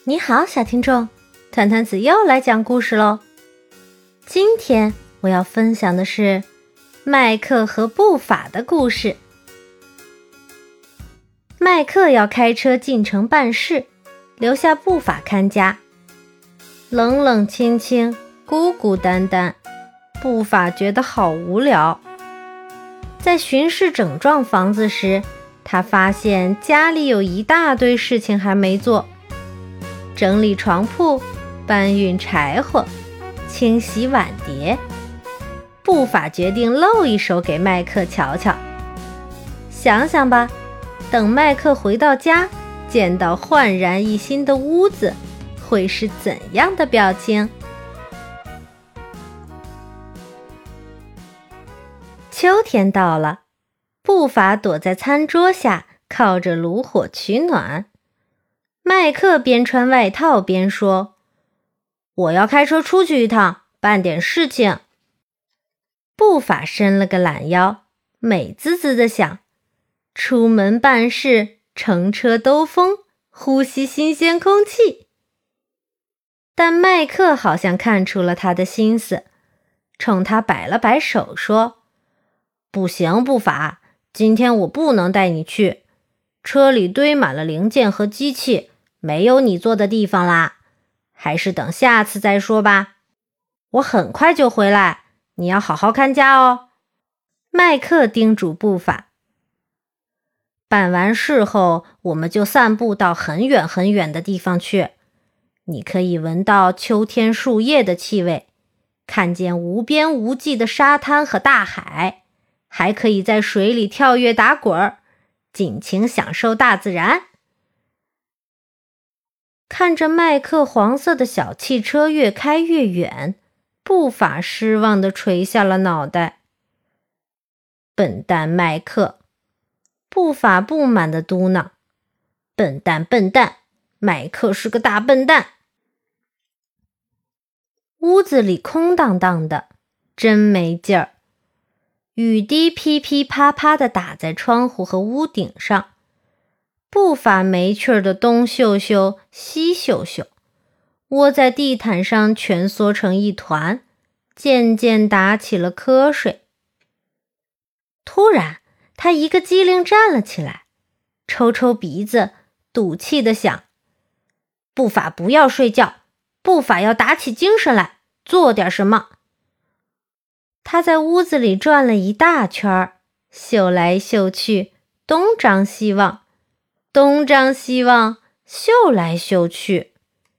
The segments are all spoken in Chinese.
你好，小听众，团团子又来讲故事喽。今天我要分享的是麦克和布法的故事。麦克要开车进城办事，留下布法看家。冷冷清清，孤孤单单，布法觉得好无聊。在巡视整幢房子时，他发现家里有一大堆事情还没做。整理床铺，搬运柴火，清洗碗碟。布法决定露一手给麦克瞧瞧。想想吧，等麦克回到家，见到焕然一新的屋子，会是怎样的表情？秋天到了，布法躲在餐桌下，靠着炉火取暖。麦克边穿外套边说：“我要开车出去一趟，办点事情。”布法伸了个懒腰，美滋滋地想：出门办事，乘车兜风，呼吸新鲜空气。但麦克好像看出了他的心思，冲他摆了摆手说：“不行，布法，今天我不能带你去，车里堆满了零件和机器，没有你坐的地方啦，还是等下次再说吧。我很快就回来，你要好好看家哦。”麦克叮嘱布法。办完事后，我们就散步到很远很远的地方去。你可以闻到秋天树叶的气味，看见无边无际的沙滩和大海，还可以在水里跳跃打滚，尽情享受大自然。看着麦克黄色的小汽车越开越远，布法失望地垂下了脑袋。笨蛋麦克，布法不满地嘟囔，笨蛋笨蛋，麦克是个大笨蛋。屋子里空荡荡的，真没劲儿。雨滴噼噼啪啪地打在窗户和屋顶上。布法没趣儿的东嗅嗅西嗅嗅，窝在地毯上蜷缩成一团，渐渐打起了瞌睡。突然他一个机灵站了起来，抽抽鼻子，赌气地想：布法不要睡觉，布法要打起精神来，做点什么。他在屋子里转了一大圈，嗅来嗅去，东张西望，东张西望，嗅来嗅去。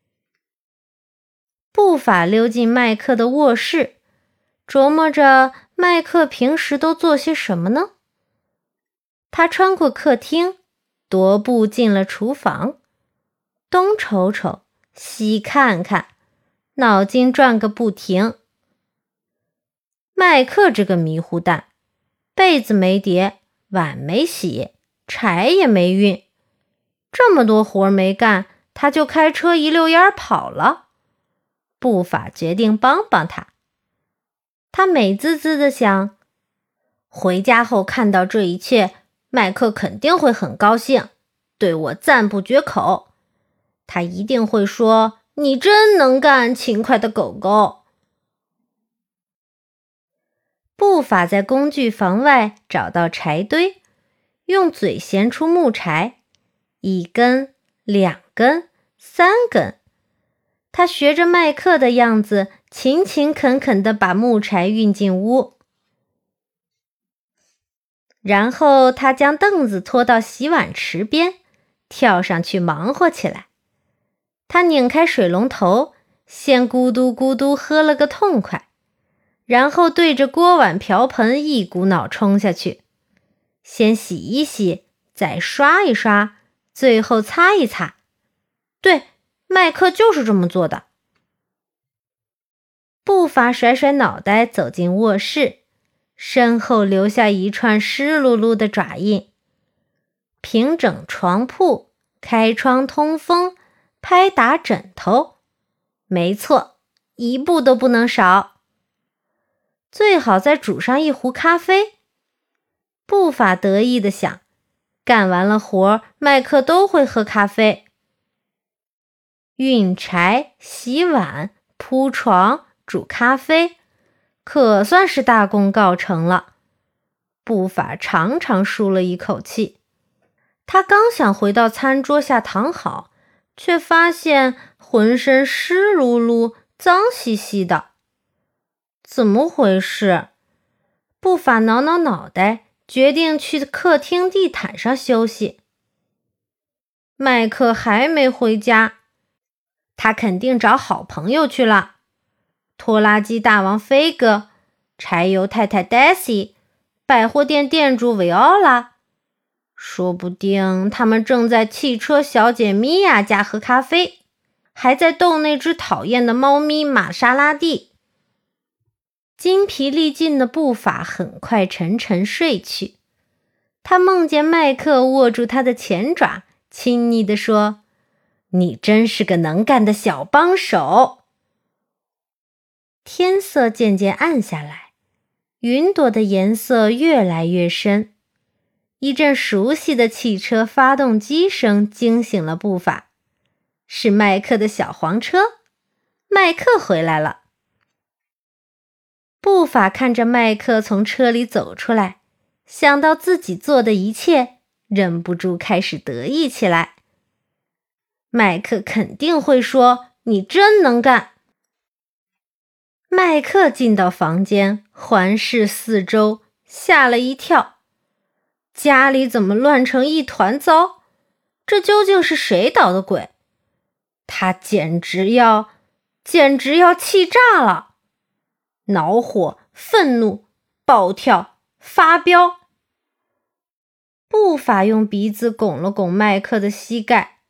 布法溜进麦克的卧室，琢磨着麦克平时都做些什么呢？他穿过客厅，踱步进了厨房，东瞅瞅，西看看，脑筋转个不停。麦克这个迷糊蛋，被子没叠，碗没洗，柴也没运，这么多活没干，他就开车一溜烟跑了。布法决定帮帮他。他美滋滋地想，回家后看到这一切，麦克肯定会很高兴，对我赞不绝口。他一定会说：“你真能干，勤快的狗狗。”布法在工具房外找到柴堆，用嘴衔出木柴，1根、2根、3根。他学着麦克的样子，勤勤恳恳地把木柴运进屋。然后他将凳子拖到洗碗池边，跳上去忙活起来。他拧开水龙头，先咕嘟咕嘟喝了个痛快，然后对着锅碗瓢盆一股脑冲下去，先洗一洗，再刷一刷，最后擦一擦。对，麦克就是这么做的。布法甩甩脑袋走进卧室，身后留下一串湿漉漉的爪印。平整床铺，开窗通风，拍打枕头，没错，一步都不能少。最好再煮上一壶咖啡。布法得意地想，干完了活，麦克都会喝咖啡。 运柴、洗碗、铺床、煮咖啡，可算是大功告成了。布法长长舒了一口气。他刚想回到餐桌下躺好，却发现浑身湿漉漉、脏兮兮的。怎么回事？布法挠挠脑袋，决定去客厅地毯上休息。麦克还没回家，他肯定找好朋友去了。拖拉机大王飞哥、柴油太太 Daisy、百货店店主维奥拉，说不定他们正在汽车小姐米娅家喝咖啡，还在逗那只讨厌的猫咪玛莎拉蒂。筋疲力尽的步伐很快沉沉睡去。他梦见麦克握住他的前爪，亲昵地说：“你真是个能干的小帮手。”天色渐渐暗下来，云朵的颜色越来越深。一阵熟悉的汽车发动机声惊醒了步伐，是麦克的小黄车。麦克回来了。步伐看着麦克从车里走出来，想到自己做的一切，忍不住开始得意起来。麦克肯定会说：“你真能干。”麦克进到房间，环视四周，吓了一跳。家里怎么乱成一团糟？这究竟是谁捣的鬼？他简直要气炸了！恼火、愤怒、暴跳、发飙。步法用鼻子拱了拱麦克的膝盖。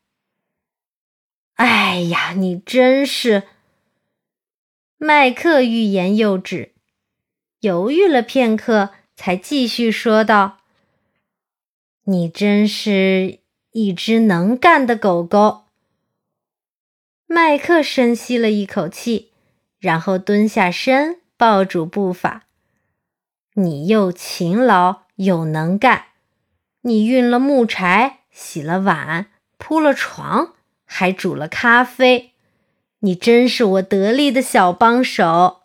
哎呀，你真是……麦克欲言又止，犹豫了片刻，才继续说道：“你真是一只能干的狗狗。”麦克深吸了一口气，然后蹲下身，抱住步法。你又勤劳又能干，你运了木柴，洗了碗，铺了床，还煮了咖啡。你真是我得力的小帮手。